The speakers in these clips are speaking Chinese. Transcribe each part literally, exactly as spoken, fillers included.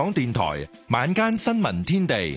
港電台晚間新聞天地，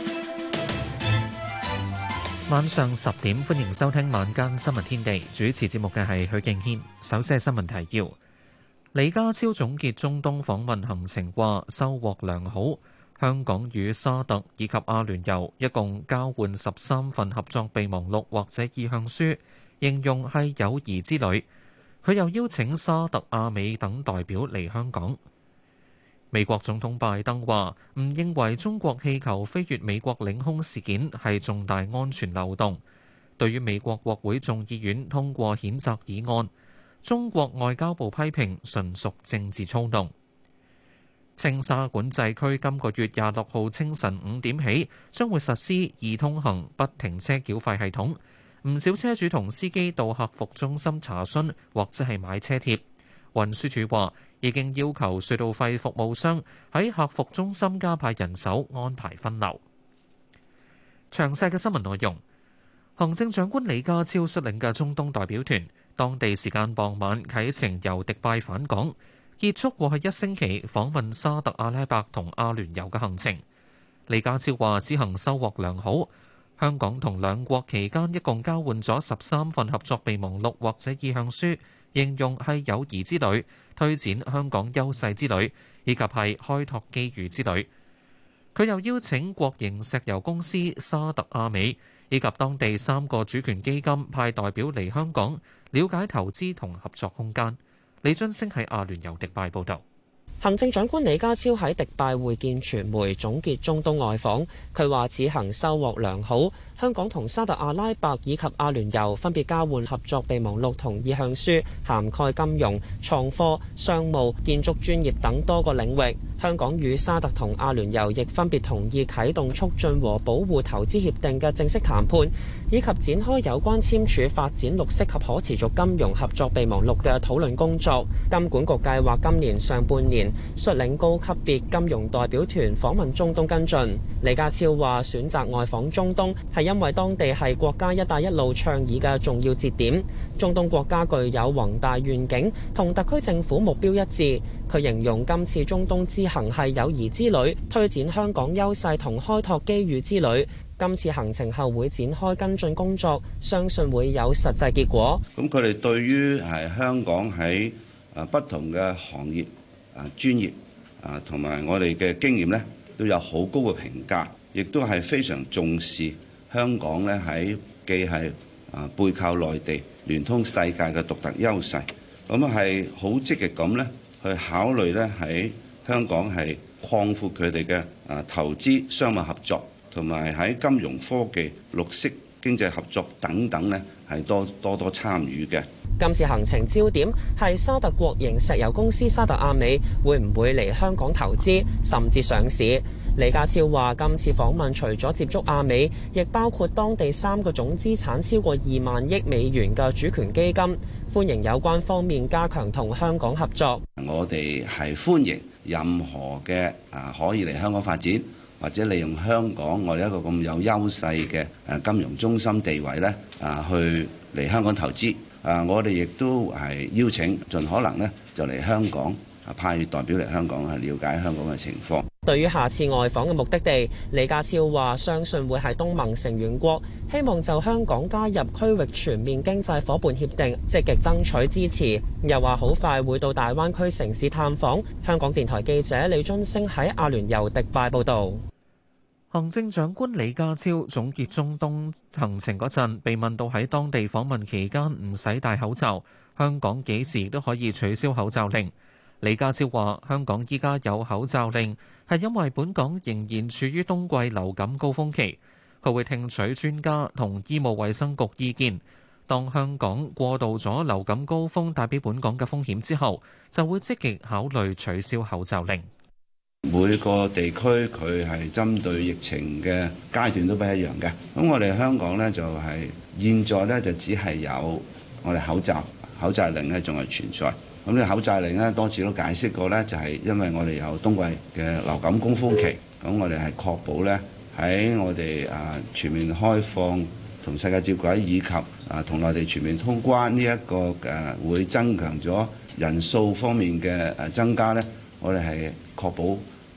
晚上十點歡迎收聽晚間新聞天地。主持節目嘅係許敬軒。首先係新聞提要：李家超總結中東訪問行程話收穫良好，香港與沙特以及阿聯酋一共交換十三份合作備忘錄或者意向書，形容係友誼之旅。佢又邀請沙特、阿美等代表嚟香港。美國總統拜登話唔認為中國氣球飛越美國領空事件係重大安全漏洞。對於美國國會眾議院通過譴責議案，中國外交部批評純屬政治操弄。青沙管制區今個月廿六號清晨五點起將會實施易通行不停車繳費系統。唔少車主同司機到客服中心查詢或者係買車貼。運輸署話已經要求隧道費服務商喺客服中心加派人手安排分流。詳細嘅新聞內容，行政長官李家超率領嘅中東代表團，當地時間傍晚啟程由迪拜返港，結束過去一星期訪問沙特阿拉伯同阿聯酋嘅行程。李家超話此行收穫良好。香港同兩國期間一共交換咗十三份合作備忘錄或者意向書，形容係友誼之旅、推展香港優勢之旅，以及係開拓機遇之旅。佢又邀請國營石油公司沙特阿美以及當地三個主權基金派代表嚟香港，了解投資同合作空間。李津升喺阿聯酋迪拜報導。 行政長官李家超喺迪拜會見傳媒，總結中東外訪。佢話此行收穫良好，香港同沙特阿拉伯以及阿聯酋分別交換合作備忘錄同意向書，涵蓋金融、創科、商務、建築專業等多個領域。香港與沙特同阿聯酋亦分別同意啟動促進和保護投資協定嘅正式談判，以及展開有關簽署發展綠色及可持續金融合作備忘錄嘅討論工作。金管局計劃今年上半年率領高級別金融代表團訪問中東跟進。李家超話選擇外訪中東係因為當地係國家一帶一路倡議嘅重要節點，中東國家具有宏大願景，同特區政府目標一致。佢形容今次中東之行係友誼之旅，推展香港優勢同開拓機遇之旅。今次行程後會展開跟進工作，相信會有實際結果。 咁佢哋對於係香港喺啊不同嘅行業啊專業啊同埋我哋嘅經驗呢，都有好高嘅評價，亦都係非常重視香港呢喺既係啊背靠內地、聯通世界嘅獨特優勢，咁係好積極咁呢去考慮呢喺香港係擴闊佢哋嘅啊投資商務合作，同埋喺金融科技、綠色經濟合作等等呢係多多多參與嘅。 今次行程焦點係沙特國營石油公司沙特阿美會唔會嚟香港投資，甚至上市。李家超話今次訪問除咗接觸阿美，亦包括當地三個總資產超過二萬億美元嘅主權基金，歡迎有關方面加強同香港合作。 我哋係歡迎任何嘅啊可以嚟香港發展，或者利用香港我哋一個咁有優勢嘅誒金融中心地位咧啊去嚟香港投資。啊，我哋亦都係邀請盡可能咧就嚟香港啊派代表嚟香港去了解香港嘅情況。 對於下次外訪嘅目的地，李家超話相信會係東盟成員國，希望就香港加入區域全面經濟夥伴協定積極爭取支持。又話好快會到大灣區城市探訪。香港電台記者李津升喺阿聯酋迪拜報導。 行政長官李家超總結中東行程嗰陣，被問到喺當地訪問期間唔使戴口罩，香港幾時都可以取消口罩令。李家超話：香港依家有口罩令，係因為本港仍然處於冬季流感高峰期。佢會聽取專家同醫務衛生局意見，當香港過渡咗流感高峰帶俾本港嘅風險之後，就會積極考慮取消口罩令。 每個地區佢係針對疫情嘅階段都不一樣嘅。咁我哋香港呢，就係現在呢，就只係有我哋口罩口罩令呢仲係存在。咁呢口罩令呢，多次都解釋過呢，就係因為我哋有冬季嘅流感高峰期，咁我哋係確保呢，喺我哋啊全面開放同世界接軌以及啊同內地全面通關呢一個誒會增強咗人數方面嘅誒增加呢，我哋係確保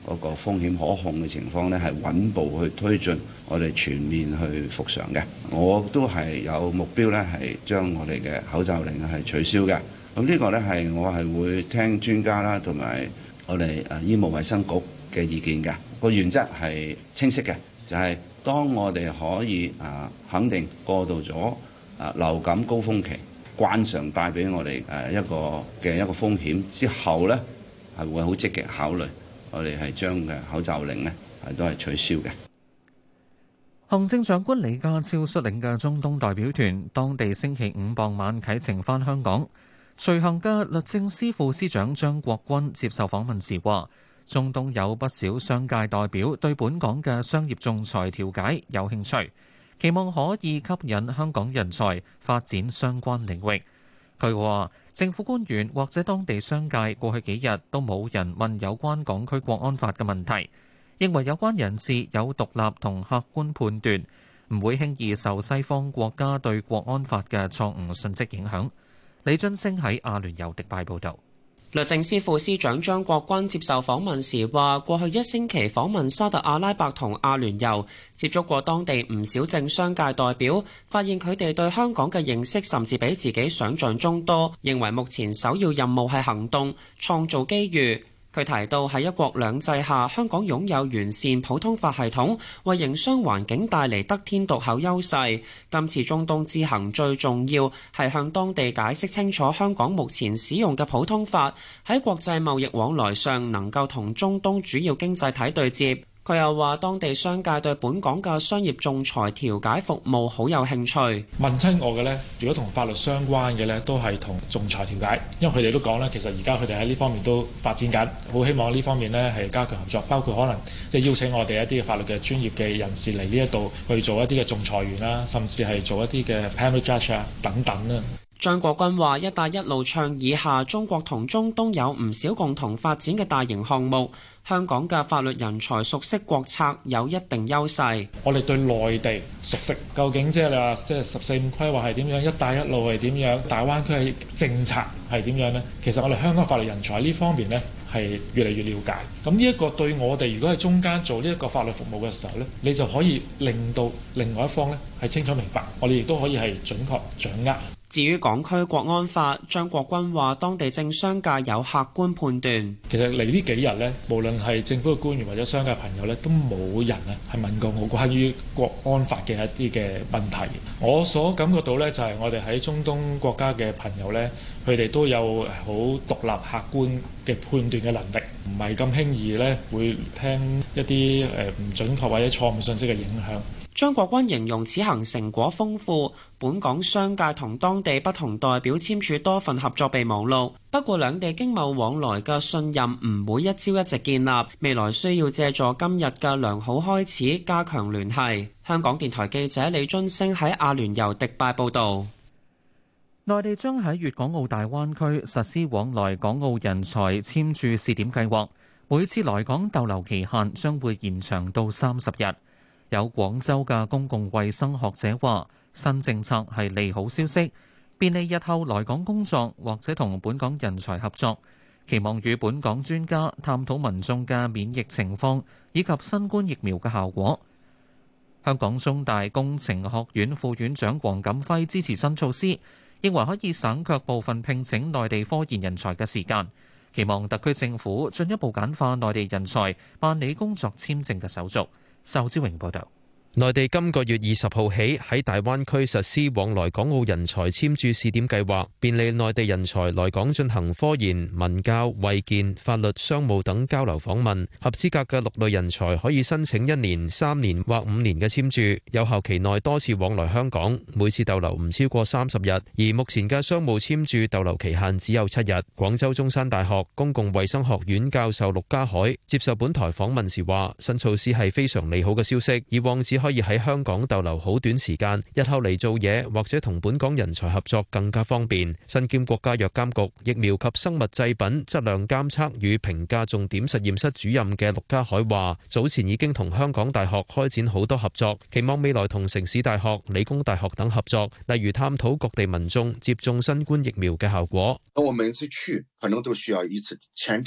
嗰個風險可控嘅情況咧，係穩步去推進我哋全面去復常嘅。我都係有目標咧，係將我哋嘅口罩令係取消嘅。咁呢個咧係我係會聽專家啦，同埋我哋誒醫務衛生局嘅意見嘅。個原則係清晰嘅，就係當我哋可以啊肯定過渡咗啊流感高峰期，慣常帶俾我哋誒一個嘅一個風險之後咧，係會好積極考慮。我哋係將嘅口罩令呢，係都係取消嘅。 行政長官李家超率領嘅中東代表團，當地星期五傍晚啟程返香港。隨行嘅律政司副司長張國軍接受訪問時話，中東有不少商界代表對本港嘅商業仲裁調解有興趣，期望可以吸引香港人才發展相關領域。佢話：政府官員或者當地商界過去幾日都冇人問有關港區國安法嘅問題，認為有關人士有獨立同客觀判斷，唔會輕易受西方國家對國安法嘅錯誤信息影響。李津升喺阿聯酋迪拜報導。 律政司副司長張國軍接受訪問時話，過去一星期訪問沙特阿拉伯同阿聯酋，接觸過當地唔少政商界代表，發現佢哋對香港嘅認識甚至比自己想象中多，認為目前首要任務係行動，創造機遇。佢提到喺一國兩制下，香港擁有完善普通法系統，為營商環境帶嚟得天獨厚優勢。今次中東之行最重要係向當地解釋清楚香港目前使用嘅普通法喺國際貿易往來上能夠同中東主要經濟體對接。佢又話，當地商界對本港嘅商業仲裁調解服務好有興趣。 問親我嘅呢，如果同法律相關嘅呢，都係同仲裁調解，因為佢哋都講呢，其實而家佢哋喺呢方面都發展緊，好希望呢方面呢係加強合作，包括可能即係邀請我哋一啲嘅法律嘅專業嘅人士嚟呢一度去做一啲嘅仲裁員啦，甚至係做一啲嘅 panel judge 啊等等啦。 張國軍話：一帶一路倡議下，中國同中東有唔少共同發展嘅大型項目。香港嘅法律人才熟悉國策，有一定優勢。 我哋對內地熟悉，究竟即係你話即係十四五規劃係點樣，一帶一路係點樣，大灣區係政策係點樣呢？其實我哋香港法律人才呢方面呢係越嚟越了解。咁呢一個對我哋如果喺中間做呢一個法律服務嘅時候呢，你就可以令到另外一方呢係清楚明白，我哋亦都可以係準確掌握。 至於港區國安法，張國軍話當地政商界有客觀判斷。 其實嚟呢幾日呢，無論係政府嘅官員或者商界朋友呢，都冇人啊係問過我關於國安法嘅一啲嘅問題。我所感覺到呢，就係我哋喺中東國家嘅朋友呢，佢哋都有好獨立客觀嘅判斷嘅能力，唔係咁輕易呢會聽一啲誒唔準確或者錯誤信息嘅影響。 張國軍形容此行成果豐富，本港商界同當地不同代表簽署多份合作備忘錄。不過兩地經貿往來嘅信任唔會一朝一夕建立，未來需要借助今日嘅良好開始加強聯繫。香港電台記者李津升喺阿聯酋迪拜報導。 內地將喺粵港澳大灣區實施往來港澳人才簽注試點計劃，每次來港逗留期限將會延長到三十日。有廣州嘅公共衛生學者話，新政策係利好消息，便利日後來港工作或者同本港人才合作，期望與本港專家探討民眾嘅免疫情況以及新冠疫苗嘅效果。香港中大工程學院副院長黃錦輝支持新措施，認為可以省卻部分聘請內地科研人才嘅時間，期望特區政府進一步簡化內地人才辦理工作簽證嘅手續。仇志榮報道。 內地今個月二十號起喺大灣區實施往來港澳人才簽注試點計劃，便利內地人才來港進行科研、文教、衛健、法律、商務等交流訪問。合資格嘅六類人才可以申請一年、三年或五年嘅簽注，有效期內多次往來香港，每次逗留唔超過三十日。而目前嘅商務簽注逗留期限只有七日。廣州中山大學公共衛生學院教授陸家海接受本台訪問時話，新措施係非常利好嘅消息，以往只可以喺香港逗留好短時間，日後嚟做嘢或者同本港人才合作更加方便。身兼國家藥監局疫苗及生物製品質量監測與評價重點實驗室主任嘅陸家海話，早前已經同香港大學開展好多合作，期望未來同城市大學、理工大學等合作，例如探討各地民眾接種新冠疫苗嘅效果。 我每次去可能都需要一次簽證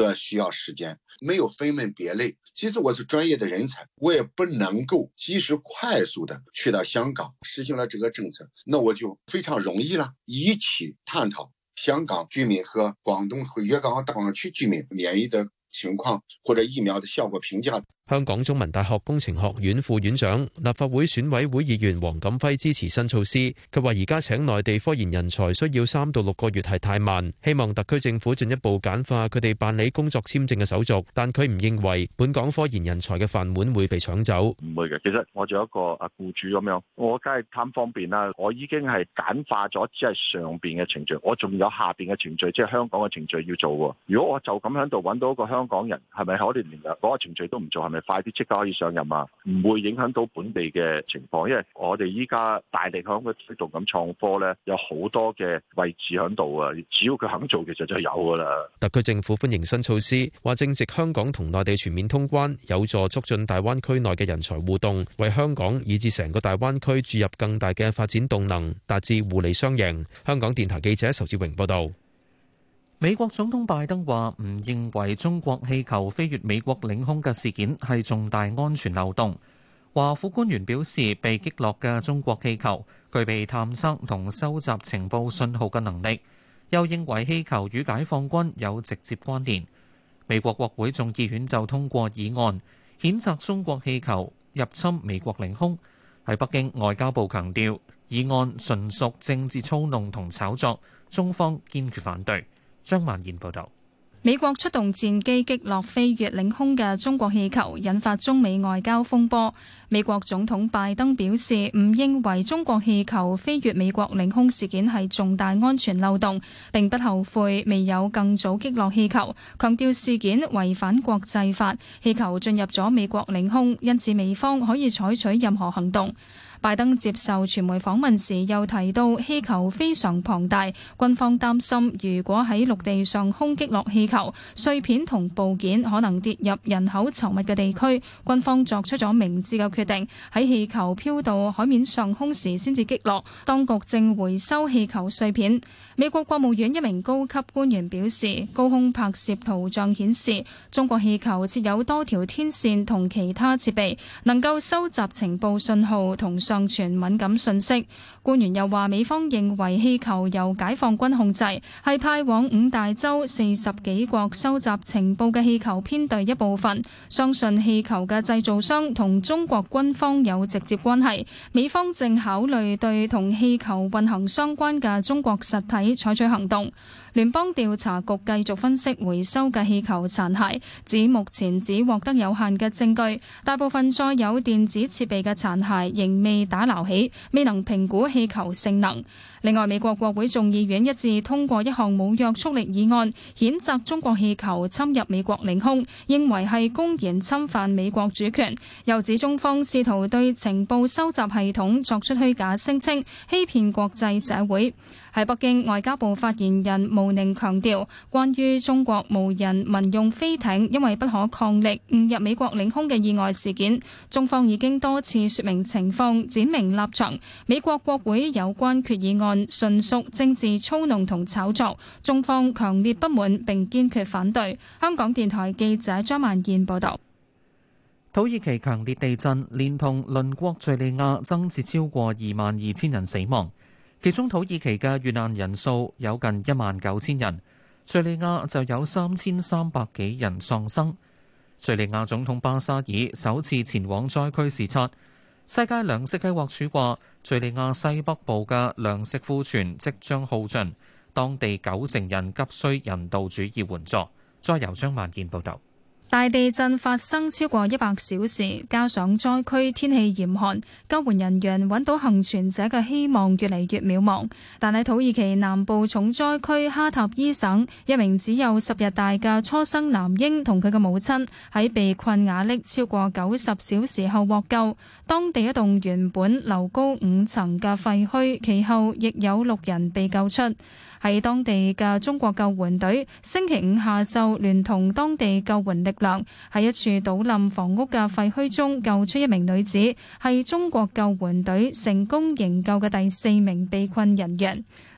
都要需要時間，沒有分門別類。即使我是專業的人才，我也不能夠及時快速的去到香港實行了這個政策，那我就非常容易了，一起探討香港居民和廣東和粵港澳大灣區居民免疫的情況或者疫苗的效果評價。 香港中文大學工程學院副院長、立法會選委會議員黃錦輝支持新措施。佢話：而家請內地科研人才需要三到六個月係太慢，希望特區政府進一步簡化佢哋辦理工作簽證嘅手續。但佢唔認為本港科研人才嘅飯碗會被搶走。 唔會嘅，其實我做一個啊僱主咁樣，我梗係貪方便啦。我已經係簡化咗，只係上邊嘅程序，我仲有下邊嘅程序，即係香港嘅程序要做喎。如果我就咁喺度揾到一個香港人，係咪可能連嗰個程序都唔做，係咪快啲即刻可以上任啊？唔會影響到本地嘅情況，因為我哋依家大力響個推動咁創科咧，有好多嘅位置喺度啊！只要佢肯做，其實就有噶啦。 特區政府歡迎新措施，話正值香港同內地全面通關，有助促進大灣區內嘅人才互動，為香港以至成個大灣區注入更大嘅發展動能，達至互利雙贏。香港電台記者仇志榮報道。 美國總統拜登話唔認為中國氣球飛越美國領空嘅事件係重大安全漏洞。華府官員表示，被擊落嘅中國氣球具備探測同收集情報信號嘅能力，又認為氣球與解放軍有直接關聯。美國國會眾議院就通過議案，譴責中國氣球入侵美國領空。喺北京，外交部強調，議案純屬政治操弄同炒作，中方堅決反對。張萬燕報道。 美國出動戰機擊落飛越領空嘅中國氣球，引發中美外交風波。美國總統拜登表示，唔認為中國氣球飛越美國領空事件係重大安全漏洞，並不後悔未有更早擊落氣球，強調事件違反國際法，氣球進入咗美國領空，因此美方可以採取任何行動。拜登接受傳媒訪問時又提到，氣球非常龐大，軍方擔心如果喺陸地上空擊落氣球，碎片同部件可能跌入人口稠密嘅地區，軍方作出咗明智嘅決定，喺氣球飄到海面上空時先至擊落，當局正回收氣球碎片。美國國務院一名高級官員表示，高空拍攝圖像顯示，中國氣球設有多條天線同其他設備，能夠收集情報信號同上傳敏感信息。官員又話，美方認為氣球由解放軍控制，係派往五大洲四十幾國收集情報嘅氣球編隊一部分，相信氣球嘅製造商同中國軍方有直接關係。美方正考慮對同氣球運行相關嘅中國實體採取行動。聯邦調查局繼續分析回收嘅氣球殘骸，指目前只獲得有限嘅證據，大部分載有電子設備嘅殘骸仍未打撈起，未能評估氣球性能。另外，美國國會眾議院一致通過一項無約束力議案，譴責中國氣球侵入美國領空，認為係公然侵犯美國主權，又指中方試圖對情報收集系統作出虛假聲稱，欺騙國際社會。喺北京，外交部發言人毛寧強調，關於中國無人民用飛艇因為不可抗力誤入美國領空嘅意外事件，中方已經多次說明情況，闡明立場。美國國會有關決議案純屬政治操弄同炒作，中方強烈不滿並堅決反對。香港電台記者張萬燕報道。 土耳其強烈地震，連同鄰國敘利亞增至超過二萬二千人死亡。其中土耳其嘅遇難人數有近一萬九千人，敘利亞就有三千三百幾人喪生。敘利亞總統巴沙爾首次前往災區視察。世界糧食計劃署話，敘利亞西北部嘅糧食庫存即將耗盡，當地九成人急需人道主義援助。再由張萬健報導。 大地震發生超過一百小時，加上災區天氣嚴寒，救援人員揾到幸存者嘅希望越嚟越渺茫。但喺土耳其南部重災區哈塔伊省，一名只有十日大嘅初生男嬰同佢嘅母親喺被困瓦礫超過九十小時後獲救。當地一棟原本樓高五層嘅廢墟，其後亦有六人被救出。喺當地嘅中國救援隊星期五下晝聯同當地救援力量喺一處倒冧房屋嘅廢墟中救出一名女子，係中國救援隊成功營救嘅第四名被困人員。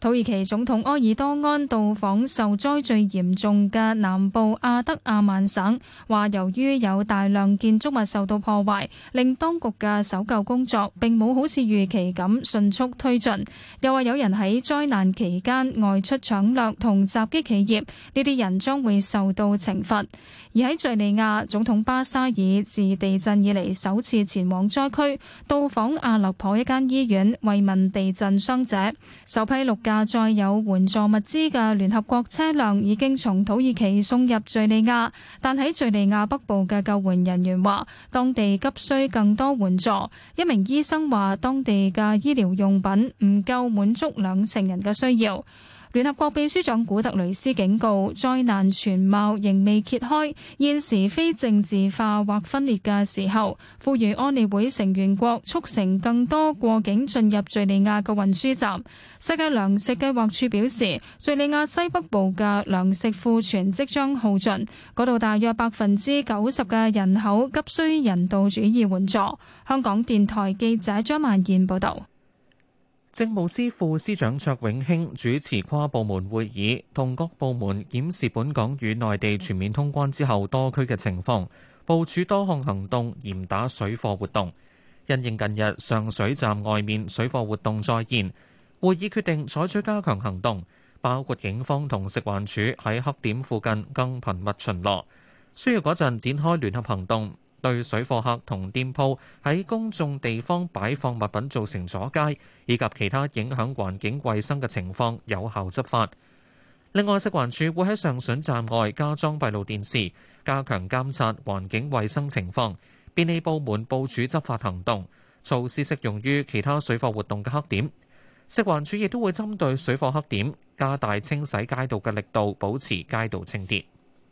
土耳其總統埃爾多安到訪受災最嚴重嘅南部阿德亞曼省，話由於有大量建築物受到破壞，令當局嘅搜救工作並冇好似預期咁迅速推進。又話有人喺災難期間外出搶掠同襲擊企業，呢啲人將會受到懲罰。而喺敘利亞，總統巴沙爾自地震以嚟首次前往災區，到訪阿勒頗一間醫院慰問地震傷者。首批六架載有援助物資嘅聯合國車輛已經從土耳其送入敘利亞，但喺敘利亞北部嘅救援人員話，當地急需更多援助。一名醫生話，當地嘅醫療用品唔夠滿足兩成人嘅需要。聯合國秘書長古特雷斯警告，災難全貌仍未揭開，現時非政治化或分裂嘅時候，呼籲安理會成員國促成更多過境進入敘利亞嘅運輸站。世界糧食計劃署表示，敘利亞西北部嘅糧食庫存即將耗盡，嗰度大約百分之九十嘅人口急需人道主義援助。香港電台記者張曼燕報導。 政務司副司長卓永興主持跨部門會議，同各部門檢視本港與內地全面通關之後多區嘅情況，部署多項行動，嚴打水貨活動。因應近日上水站外面水貨活動再現，會議決定採取加強行動，包括警方同食環署喺黑點附近更頻密巡邏，需要嗰陣展開聯合行動，對水貨客同店鋪喺公眾地方擺放物品造成阻街，以及其他影響環境衛生嘅情況有效執法。另外，食環署會喺上水站外加裝閉路電視，加強監察環境衛生情況，便利部門部署執法行動。措施適用於其他水貨活動嘅黑點。食環署亦都會針對水貨黑點加大清洗街道嘅力度，保持街道清潔。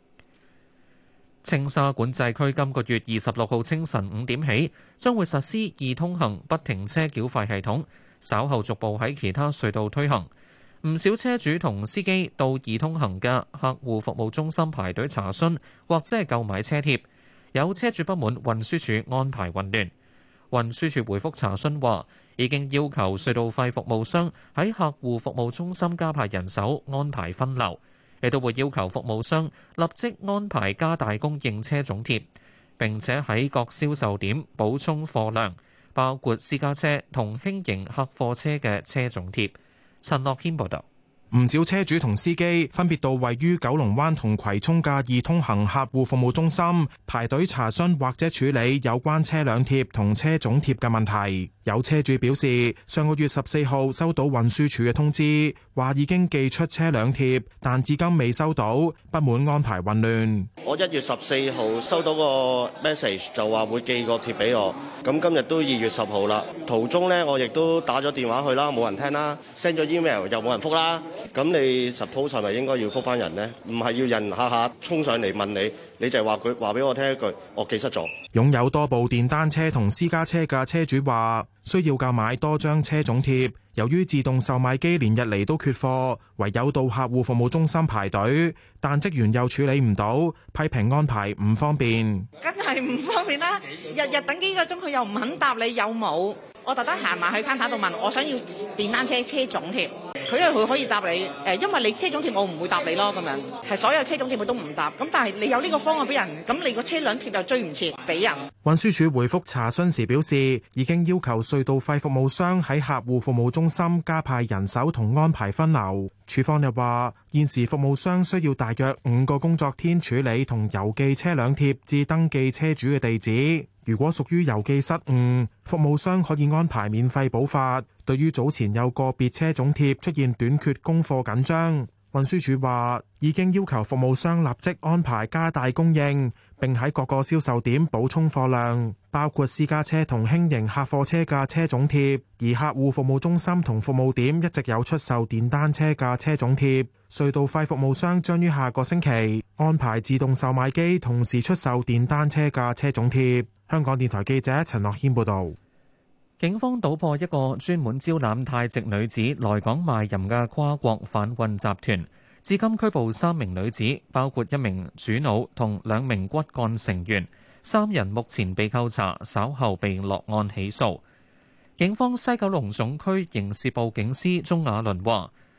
青沙管制區今個月二十六號清晨五點起，將會實施易通行不停車繳費系統，稍後逐步喺其他隧道推行。唔少車主同司機到易通行嘅客戶服務中心排隊查詢或者係購買車貼，有車主不滿運輸署安排混亂。運輸署回覆查詢話，已經要求隧道費服務商喺客戶服務中心加派人手，安排分流。亦都會要求服務商立即安排加大供應車種貼，並且喺各銷售點補充貨量，包括私家車同輕型客貨車嘅車種貼。陳樂軒報導。 唔少車主同司機分別到位於九龍灣同葵涌嘅易通行客戶服務中心排隊查詢或者處理有關車輛貼同車種貼嘅問題。有車主表示，上個月十四號收到運輸署嘅通知，話已經寄出車輛貼，但至今未收到，不滿安排混亂。 我一月十四號收到個 message 就話會寄個貼俾我，咁今日都二月十號啦。途中呢，我亦都打咗電話去啦，冇人聽啦 ，send 咗 email 又冇人覆啦。咁你 suppose 係咪應該要覆返人呢？唔係要人下下衝上嚟問你，你就係話佢話俾我聽一句，我寄失咗。 擁有多部電單車同私家車嘅車主話，需要購買多張車種貼，由於自動售賣機連日嚟都缺貨，唯有到客戶服務中心排隊，但職員又處理唔到，批評安排唔方便。 梗係唔方便啦，日日等幾個鐘，佢又唔肯答你有冇。我特登行埋去 counter 度問，我想要電單車車種貼，佢因為佢可以答你，誒，因為你車種貼我唔會答你咯，咁樣係所有車種貼佢都唔答，咁但係你有呢個方案俾人，咁你個車輛貼又追唔切俾人。 運輸署回覆查詢時表示，已經要求隧道費服務商喺客戶服務中心加派人手同安排分流。署方又話，現時服務商需要大約五個工作天處理同郵寄車輛貼至登記車主嘅地址。如果屬於郵寄失誤，服務商可以安排免費補發。對於早前有個別車種貼出現短缺、供貨緊張，運輸署話已經要求服務商立即安排加大供應，並喺各個銷售點補充貨量，包括私家車同輕型客貨車嘅車種貼。而客戶服務中心同服務點一直有出售電單車嘅車種貼。隧道費服務商將於下個星期安排自動售賣機同時出售電單車嘅車種貼。香港電台記者陳樂軒報導。 警方搗破一個專門招攬泰籍女子來港賣淫嘅跨國販運集團，至今拘捕三名女子，包括一名主腦同兩名骨幹成員。三人目前被扣查，稍後被落案起訴。警方西九龍總區刑事部警司鍾雅倫話，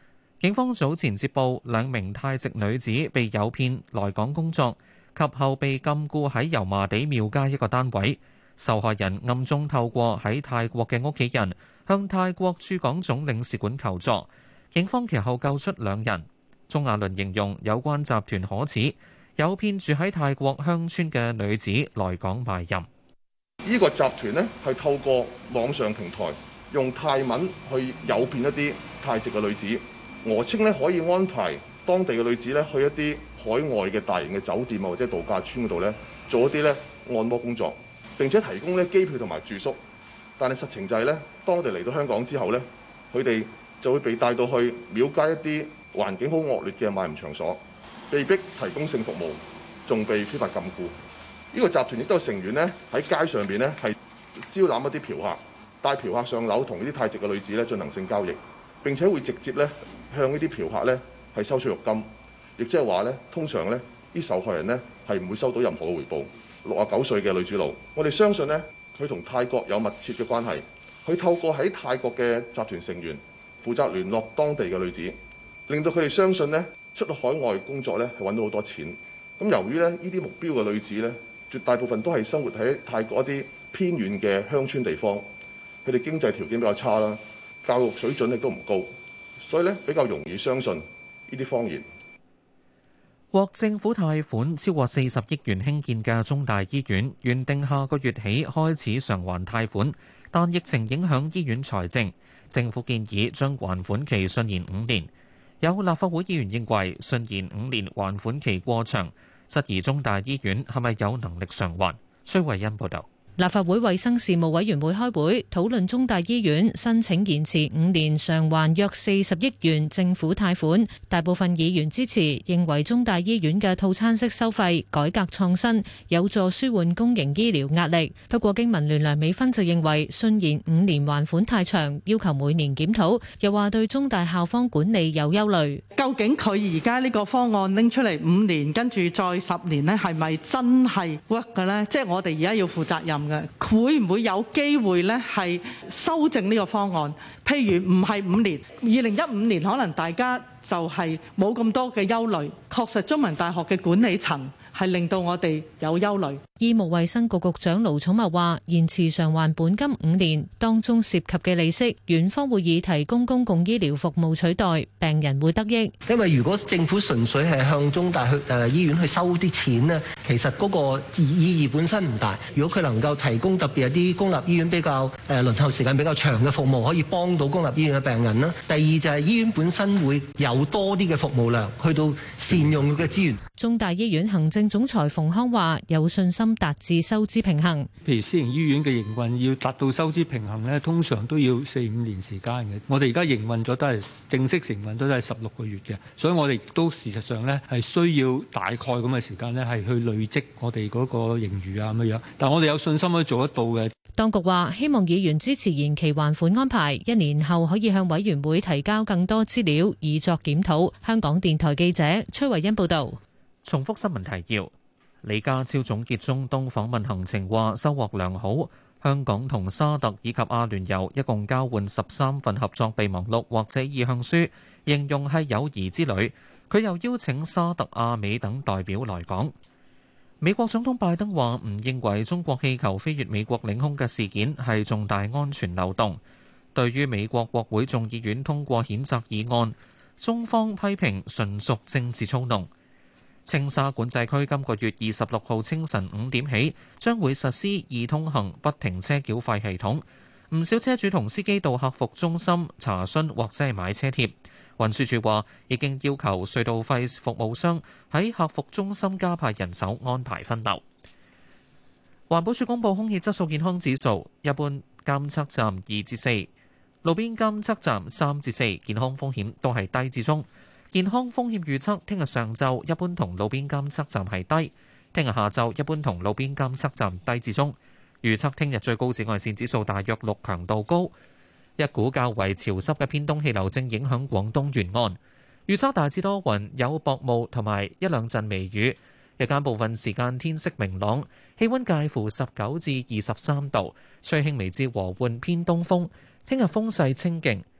警方早前接報兩名泰籍女子被誘騙來港工作，及後被禁錮喺油麻地廟街一個單位。受害人暗中透過喺泰國嘅屋企人向泰國駐港總領事館求助，警方其後救出兩人。鐘亞倫形容有關集團可恥，誘騙住喺泰國鄉村嘅女子來港賣淫。 呢個集團呢係透過網上平台用泰文去誘騙一啲泰籍嘅女子，訛稱咧可以安排當地嘅女子咧去一啲海外嘅大型嘅酒店啊或者度假村嗰度咧做一啲咧按摩工作，並且提供咧機票同埋住宿。但係實情就係咧，當我哋嚟到香港之後咧，佢哋就會被帶到去廟街一啲環境好惡劣嘅賣淫場所，被逼提供性服務，仲被非法禁錮。呢個集團亦都有成員咧喺街上邊咧係招攬一啲嫖客，帶嫖客上樓同呢啲泰籍嘅女子咧進行性交易，並且會直接咧向呢啲嫖客咧係收取肉金，亦即係話咧通常咧啲受害人咧係唔會收到任何嘅回報。六十九歲嘅女主腦，我哋相信咧佢同泰國有密切嘅關係，佢透過喺泰國嘅集團成員負責聯絡當地嘅女子，令到佢哋相信咧出到海外工作咧係揾到好多錢。咁由於咧呢啲目標嘅女子咧，絕大部分都係生活喺泰國一啲偏遠嘅鄉村地方，佢哋經濟條件比較差啦，教育水準亦都唔高，所以咧比較容易相信呢啲謊言。 獲政府貸款超過四十億元興建嘅中大醫院，原定下個月起開始償還貸款，但疫情影響醫院財政，政府建議將還款期順延五年。有立法會議員認為順延五年還款期過長，質疑中大醫院係咪有能力償還？崔慧欣報導。 立法會衛生事務委員會開會討論中大醫院申請延遲五年償還約四十億元政府貸款，大部分議員支持，認為中大醫院嘅套餐式收費改革創新，有助舒緩公營醫療壓力。不過經民聯梁美芬就認為順延五年還款太長，要求每年檢討，又話對中大校方管理有憂慮。 究竟佢而家呢個方案拎出嚟五年，跟住再十年呢，係咪真係 work 嘅呢？即係我哋而家要負責任。會唔會有機會呢？係修正呢個方案？譬如唔係五年，二零一五年可能大家就係冇咁多嘅憂慮。確實，中文大學嘅管理層係令到我哋有憂慮。 醫務衛生局局長盧寵茂話：延遲償還本金五年，當中涉及嘅利息，院方會以提供公共醫療服務取代，病人會得益。 因為如果政府純粹係向中大去誒、呃、醫院去收啲錢呢，其實嗰個意義本身唔大。如果佢能夠提供特別係啲公立醫院比較誒、呃、輪候時間比較長嘅服務，可以幫到公立醫院嘅病人啦。第二就係醫院本身會有多啲嘅服務量，去到善用佢嘅資源。 中大醫院行政總裁馮康話：有信心達至收支平衡。 譬如私營醫院嘅營運要達到收支平衡咧，通常都要四五年時間嘅。我哋而家營運咗都係正式營運都係十六個月嘅，所以我哋都事實上咧係需要大概咁嘅時間咧係去累積我哋嗰個盈餘啊咁樣。但係我哋有信心可以做得到嘅。 當局話希望議員支持延期還款安排，一年後可以向委員會提交更多資料以作檢討。香港電台記者崔慧欣報道。 重複新聞提要。李家超總結中東訪問行程話收穫良好，香港同沙特以及阿聯酋一共交換十三份合作備忘錄或者意向書，形容係友誼之旅。佢又邀請沙特、阿美等代表來港。美國總統拜登話唔認為中國氣球飛越美國領空嘅事件係重大安全漏洞。對於美國國會眾議院通過譴責議案，中方批評純屬政治操弄。青沙管制區今個月二十六號清晨五點起將會實施易通行不停車繳費系統，唔少車主同司機到客服中心查詢或者係買車貼。運輸署話已經要求隧道費服務商喺客服中心加派人手安排分流。環保署公布空氣質素健康指數，一般監測站二至四，路邊監測站三至四，健康風險都係低至中。健康風險預測，聽日上晝一般同路邊監測站係低，聽日下晝一般同路邊監測站低至中。預測聽日最高紫外線指數大約六，強度高。一股較為潮濕嘅偏東氣流正影響廣東沿岸，預測大致多雲，有薄霧同埋一兩陣微雨。日間部分時間天色明朗，氣溫介乎十九至二十三度，吹輕微至和緩偏東風。聽日風勢清勁。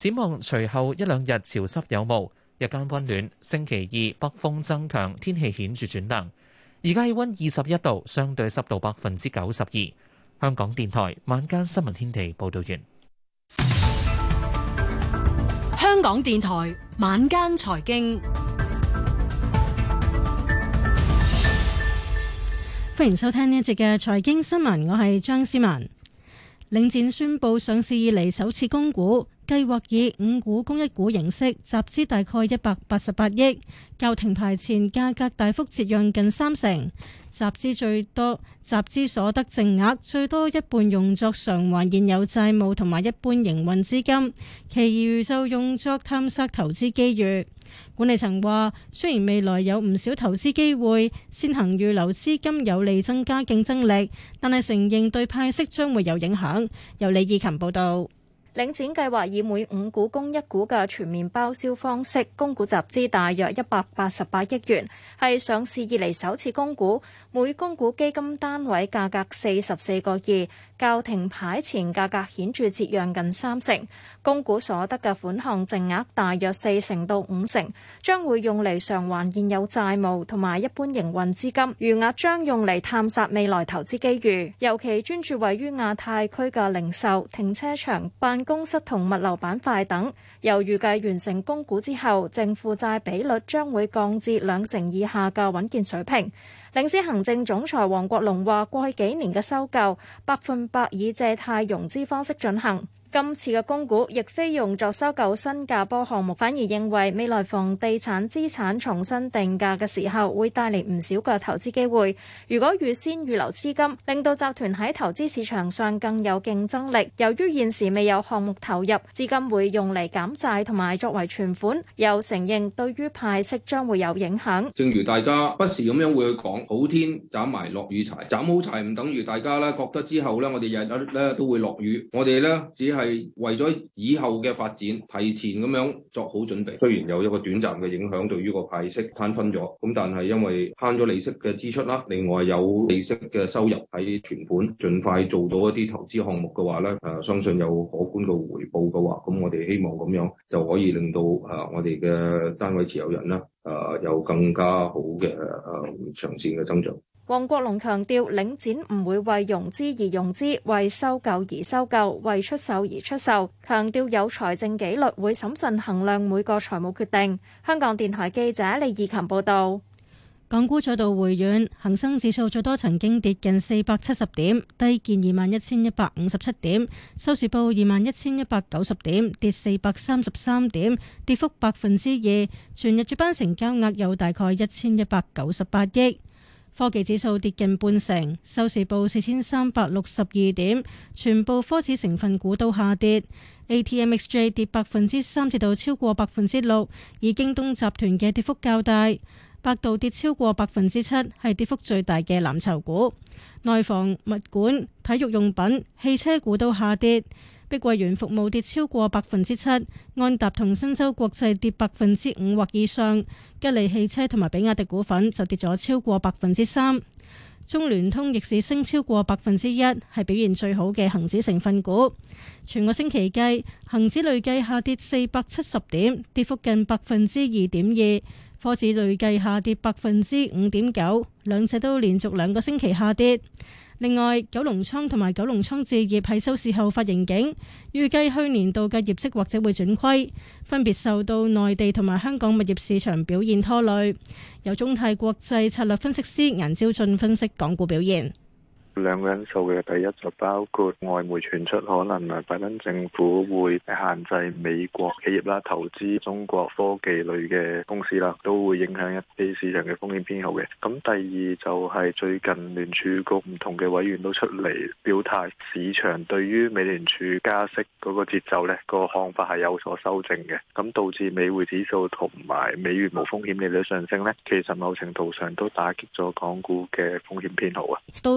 展望隨後一兩日潮濕有霧，日間溫暖。星期二北風增強，天氣顯著轉涼。而家氣溫二十一度，相對濕度百分之九十二。香港電台晚間新聞天地報道完。 香港電台晚間財經， 歡迎收聽呢一節嘅財經新聞，我係張思文。領展宣布上市以嚟首次供股，計劃以五股供一股形式集資大概一百八十八億，較停牌前價格大幅折讓近三成。集資最多集資所得淨額最多一半用作償還現有債務同埋一般營運資金，其餘就用作探索投資機遇。管理層話，雖然未來有唔少投資機會，先行預留資金有利增加競爭力，但係承認對派息將會有影響。由李義琴報導。 領展計劃以每五股供一股嘅全面包銷方式供股集資大約一百八十八億元，係上市以嚟首次供股，每供股基金單位價格四十四個二，較停牌前價格顯著折讓近三成。供股所得嘅款項淨額大約四成到五成，將會用嚟償還現有債務同埋一般營運資金，餘額將用嚟探索未來投資機遇，尤其專注位於亞太區嘅零售、停車場、辦公室同物流板塊等。又預計完成供股之後，淨負債比率將會降至兩成以下嘅穩健水平。領展行政總裁黃國龍話：過去幾年嘅收購，百分百以借貸融資方式進行。今次嘅供股亦非用作收購新加坡項目，反而認為未來房地產資產重新定價嘅時候，會帶嚟唔少嘅投資機會。如果預先預留資金，令到集團喺投資市場上更有競爭力。由於現時未有項目投入，資金會用嚟減債同埋作為存款。又承認對於派息將會有影響。 正如大家不時咁樣會去講，好天斬埋落雨柴，斬好柴唔等於大家咧覺得之後咧，我哋日日咧都會落雨。我哋咧只係係為咗以後嘅發展，提前咁樣作好準備。雖然有一個短暫嘅影響，對於個派息攤分咗，咁但係因為慳咗利息嘅支出啦，另外有利息嘅收入喺存款，盡快做到一啲投資項目嘅話咧，誒相信有可觀嘅回報嘅話，咁我哋希望咁樣就可以令到誒我哋嘅單位持有人啦誒有更加好嘅誒長線嘅增長。 黃國龍強調，領展唔會為融資而融資，為收購而收購，為出售而出售。強調有財政紀律，會審慎衡量每個財務決定。香港電台記者李義琴報道。 港股再度回軟，恒生指數最多曾經跌近四百七十點，低見二萬一千一百五十七點，收市報二萬一千一百九十點，跌四百三十三點，跌幅百分之二。全日主板成交額有大概一千一百九十八億。科技指數跌近半成，收市報四千三百六十二點，全部科指成分股都下跌。A T M X J 跌百分之三至到超過百分之六，以京東集團嘅跌幅較大。百度跌超過百分之七，係跌幅最大嘅藍籌股。內房、物管、體育用品、汽車股都下跌。碧桂園服務跌超過百分之七，安踏同新洲國際跌百分之五或以上，吉利汽車同埋比亞迪股份就跌咗超過百分之三。中聯通逆市升超過百分之一，係表現最好嘅恒指成分股。全個星期計，恒指累計下跌四百七十點，跌幅近百分之二點二。科指累計下跌百分之五點九，兩者都連續兩個星期下跌。另外，九龍倉同埋九龍倉置業喺收市後發盈警，預計去年度嘅業績或者會轉虧，分別受到內地同埋香港物業市場表現拖累。由中泰國際策略分析師顏朝俊分析港股表現。 兩個因素嘅，第一就包括外媒傳出可能啊拜登政府會限制美國企業啦投資中國科技類嘅公司啦，都會影響一啲市場嘅風險偏好嘅。咁第二就係最近聯儲局唔同嘅委員都出嚟表態，市場對於美聯儲加息嗰個節奏呢個看法係有所修正嘅，咁導致美匯指數同埋美元無風險利率上升呢，其實某程度上都打擊咗港股嘅風險偏好啊。 都見到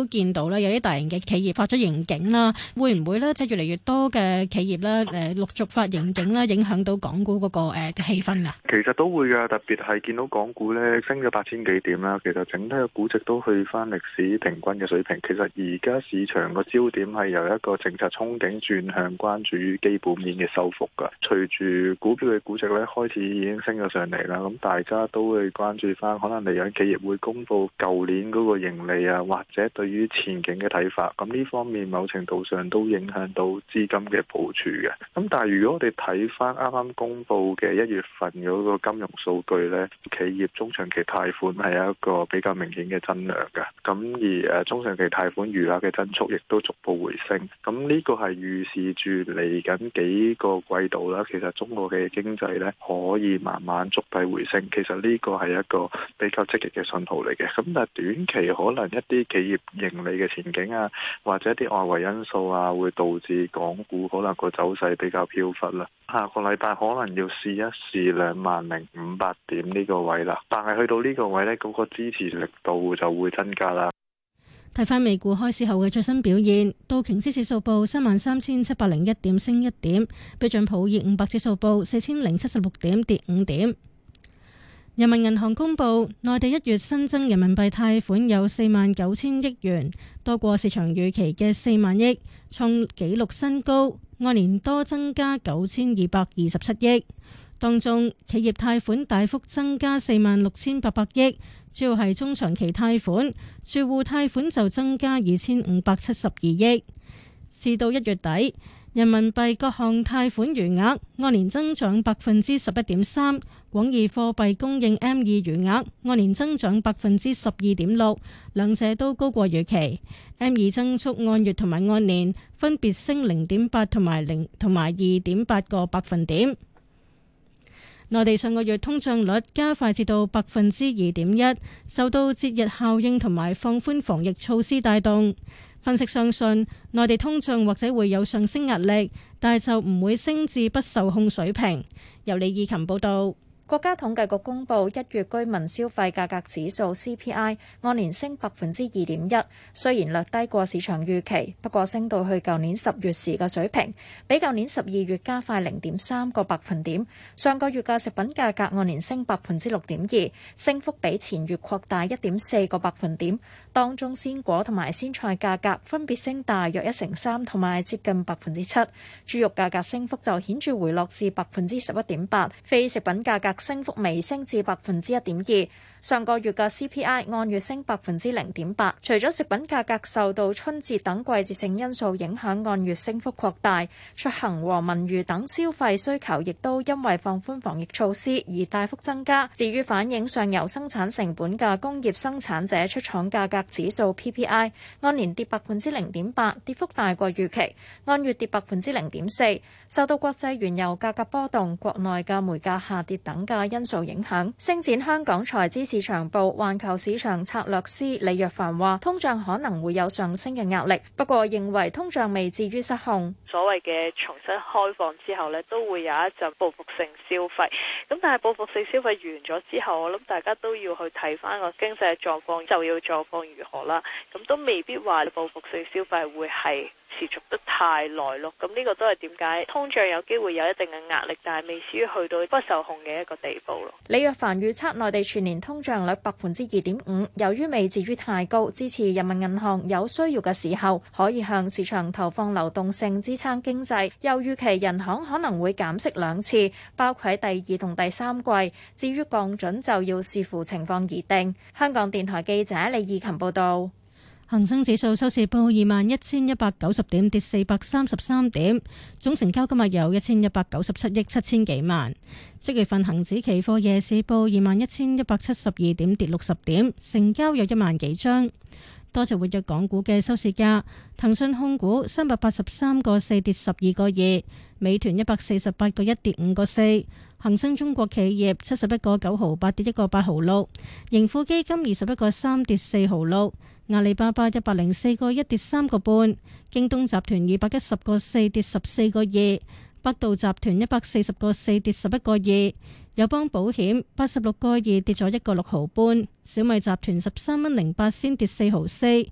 到咧，有啲大型嘅企業發咗盈警啦，會唔會咧即係越嚟越多嘅企業咧誒陸續發盈警咧，影響到港股嗰個誒氣氛啊？ 其實都會㗎，特別係見到港股咧升咗八千幾點啦，其實整體嘅估值都去翻歷史平均嘅水平。其實而家市場個焦點係由一個政策憧憬轉向關注於基本面嘅修復㗎。隨住股票嘅估值咧開始已經升咗上嚟啦，咁大家都會關注翻，可能嚟緊企業會公布舊年嗰個盈利啊，或者對於前景嘅睇法。咁呢方面某程度上都影響到資金嘅部署嘅。咁但係如果我哋睇翻啱啱公布嘅一月份嗰個金融數據咧，企業中長期貸款係有一個比較明顯嘅增量嘅。咁而誒中長期貸款餘額嘅增速亦都逐步回升。咁呢個係預示住嚟緊幾個季度啦，其實中國嘅經濟咧可以慢慢築底回升。其實呢個係一個比較積極嘅信號嚟嘅。咁但係短期可能一啲企業盈利嘅前景啊，或者一啲外圍因素啊，會導致港股可能個走勢比較飄忽啦。下個禮拜可能要試一試兩萬零五百點呢個位啦，但係去到呢個位呢，嗰個支持力度就會增加啦。 睇返美股開市後嘅最新表現，道瓊斯指數報三萬三千七百零一點，升一點；標準普爾五百指數報四千零七十六點，跌五點。人民銀行公布，內地一月新增人民幣貸款有四萬九千億元，多過市場預期嘅四萬億，創紀錄新高，按年多增加九千二百二十七億。當中企業貸款大幅增加四萬六千八百億，主要係中長期貸款，住戶貸款就增加二千五百七十二億。至到一月底，人民幣各項貸款餘額按年增長百分之十一點三，廣義貨幣供應 M 二餘額按年增長百分之十二點六，兩者都高過預期。M 二增速按月同埋按年分別升零點八同埋零同埋二點八個百分點。內地上個月通脹率加快至到百分之二點一，受到節日效應同埋放寬防疫措施帶動。分析相信，內地通脹或者會有上升壓力，但係就唔會升至不受控水平。由李義琴報導。 國家統計局公布一月居民消費價格指數 C P I 按年升百分之二點一，雖然略低過市場預期，不過升到去舊年十月時嘅水平，比舊年十二月加快零點三個百分點。上個月嘅食品價格按年升百分之六點二，升幅比前月擴大一點四個百分點。當中鮮果同埋鮮菜價格分別升大約一成三同埋接近百分之七，豬肉價格升幅就顯著回落至百分之十一點八，非食品價格升幅微升至百分之一點二。上個月嘅 C P I 按月升百分之零點八，除咗食品價格受到春節等季節性因素影響，按月升幅擴大，出行和文娛等消費需求亦都因為放寬防疫措施而大幅增加。至於反映上游生產成本嘅工業生產者出廠價格指數 P P I 按年跌百分之零點八，跌幅大過預期，按月跌百分之零點四，受到國際原油價格波動、國內嘅煤價下跌等嘅因素影響。星展香港財資市場部環球市場策略師李若凡話，通脹可能會有上升嘅壓力，不過認為通脹未至於失控。 所謂嘅重新開放之後呢，都會有一陣報復性消費，咁但係報復性消費完咗之後，我諗大家都要去睇翻個經濟狀況，就業狀況如何啦，咁都未必話報復性消費會係持續得太耐咯，咁呢個都係點解通脹有機會有一定嘅壓力，但係未至於去到不受控嘅一個地步咯。 李若凡預測內地全年通脹率百分之二點五，由於未至於太高，支持人民銀行有需要嘅時候可以向市場投放流動性支撐經濟。又預期人行可能會減息兩次，包括喺第二同第三季。至於降準就要視乎情況而定。香港電台記者李義琴報道。 恒生指數收市報二萬一千一百九十點，跌四百三十三點，總成交今日有一千一百九十七億七千幾萬。即月份恒指期貨夜市報二萬一千一百七十二點，跌六十點，成交有一萬幾張。多隻活躍港股嘅收市價，騰訊控股三百八十三個四跌十二個二，美團一百四十八個一跌五個四，恒生中國企業七十一個九毫八跌一個八毫六，盈富基金二十一個三跌四毫六。阿里巴巴一百零四個一跌三個半，京東集團二百一十個四跌十四個二，百度集團一百四十個四跌十一個二，友邦保險八十六個二跌咗一個六毫半，小米集團十三蚊零八先跌四毫四，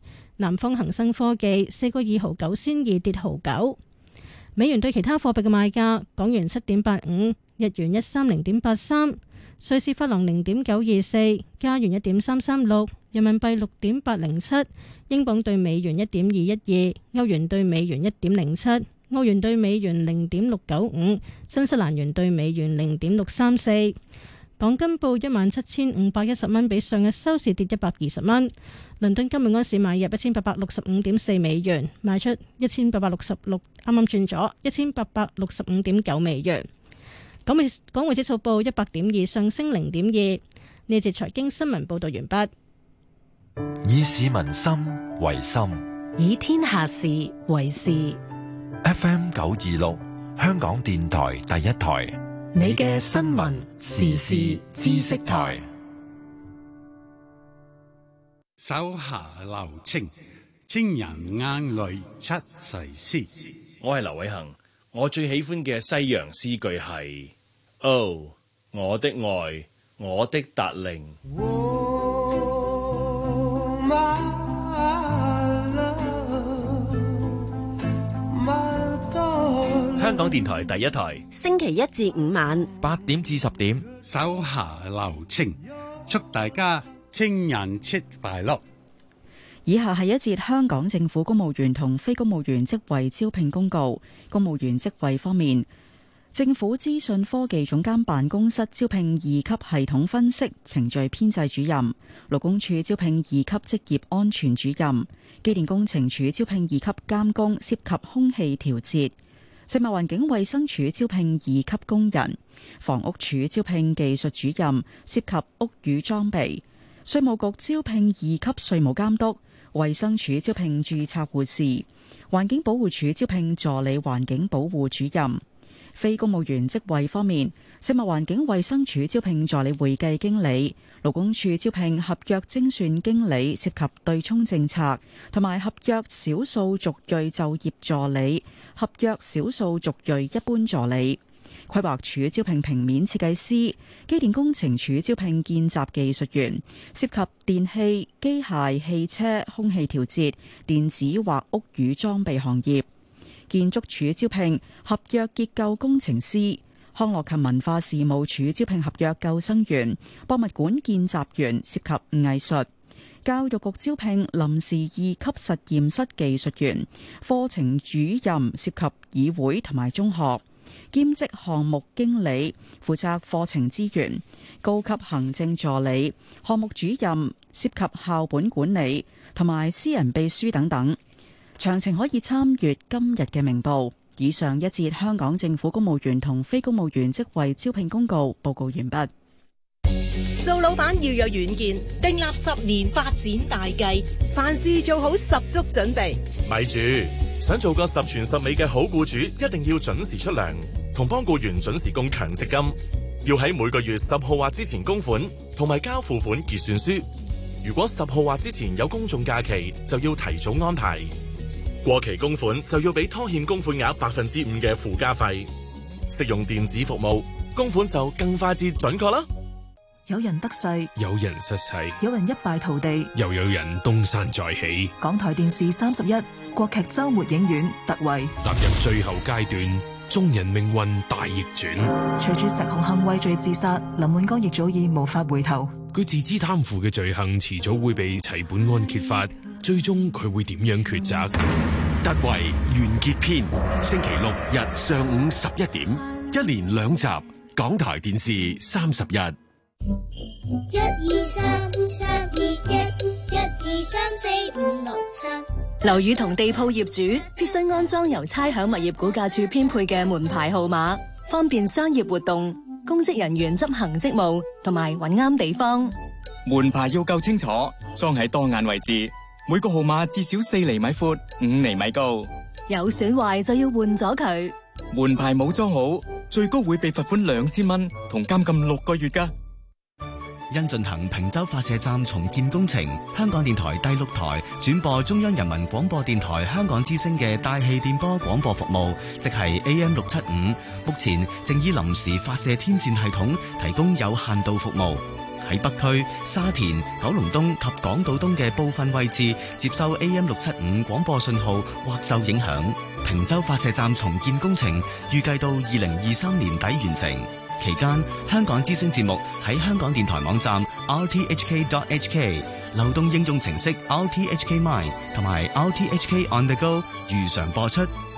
南方恒生科技四個二毫九仙二跌毫九。美元對其他貨幣嘅賣價：港元七點八五，日元一三零點八三，瑞士法郎零點九二四，加元一點三三六，人民幣六點八零七，英鎊對美元一點二一二，歐元對美元一點零七，澳元對美元零點六九五，新西蘭元對美元零點六三四。港金報一萬七千五百一十蚊，比上日收市跌一百二十蚊。倫敦金每安士買入一千八百六十五點四美元，賣出一千八百六十六，啱啱轉咗一千八百六十五點九美元。港匯港匯指數報一百點二，上升零點二。呢節財經新聞報道完畢。 以市民心為心， 以天下事為事。 F M 九二六，香港電台第一台。 你嘅新聞時事知識台， 手下留情，情人眼淚出細絲。 我係劉偉恒，我最喜歡嘅西洋詩句係：哦，我的愛，我的達令。香港電台第一台， 星期一至五晚八點至十點， 手下留情，祝大家情人節快樂。 以下係一節香港政府公務員同非公務員職位招聘公告。公務員職位方面，政府資訊科技總監辦公室招聘二級系統分析程序編製主任，勞工處招聘二級職業安全主任，機電工程署招聘二級監工涉及空氣調節，食物環境衛生署招聘二級工人，房屋署招聘技術主任涉及屋宇裝備，稅務局招聘二級稅務監督，衛生署招聘註冊護士，環境保護署招聘助理環境保護主任。非公務員職位方面，食物環境衛生署招聘助理會計經理，勞工處招聘合約精算經理涉及對沖政策，同埋合約少數族裔就業助理、合約少數族裔一般助理。規劃署招聘平面設計師，機電工程署招聘見習技術員，涉及電器、機械、汽車、空氣調節、電子或屋宇裝備行業。建築署招聘合約結構工程師，康樂及文化事務署招聘合約救生員，博物館見習員涉及藝術。教育局招聘臨時二級實驗室技術員，課程主任涉及議會同埋中學，兼職項目經理負責課程資源，高級行政助理、項目主任涉及校本管理同埋私人秘書等等。詳情可以參閱今日嘅明報。以上一節香港政府公務員同非公務員職位招聘公告報告完畢。 做老闆要有遠見，訂立十年發展大計，凡事做好十足準備。 咪住，想做個十全十美嘅好僱主，一定要準時出糧，同幫僱員準時供強積金，要喺每個月十號或之前供款，同埋交付款結算書。如果十號或之前有公眾假期，就要提早安排。過期供款就要俾拖欠供款額百分之五嘅附加費。適用電子服務，供款就更快捷準確啦。 有人得勢， 有人失勢， 有人一敗塗地， 又有人東山再起。 港台電視三十一國劇周末影院特惠踏入最後階段，眾人命運大逆轉。 隨住石紅杏畏罪自殺，林滿江亦早已無法回頭。 佢自知貪腐嘅罪行遲早會被齊本安揭發，最終佢會點樣抉擇？ 特惠完結篇，星期六日上午十一點，一連兩集，港台電視三十一。 一二三三二一，一二三四五六七。 樓宇同地鋪業主必須安裝由差餉物業估價署編配嘅門牌號碼，方便商業活動、公職人員執行職務同埋揾啱地方。 門牌要夠清楚，裝喺當眼位置，每個號碼至少四厘米闊、五厘米高。 有損壞就要換咗佢。 門牌冇裝好，最高會被罰款兩千蚊同監禁六個月㗎。 因進行坪洲發射站重建工程，香港電台第六台轉播中央人民廣播電台香港之聲嘅大氣電波廣播服務，即係 A M 六七五，目前正以臨時發射天線系統提供有限度服務。 喺北區、沙田、九龍東及港島東嘅部分位置接收 A M 六七五廣播信號或受影響。坪洲發射站重建工程預計到二零二三年底完成。期間，香港之聲節目喺香港電台網站 r t h k dot h k、流動應用程式 R T H K Mine 同埋 R T H K On The Go 如常播出。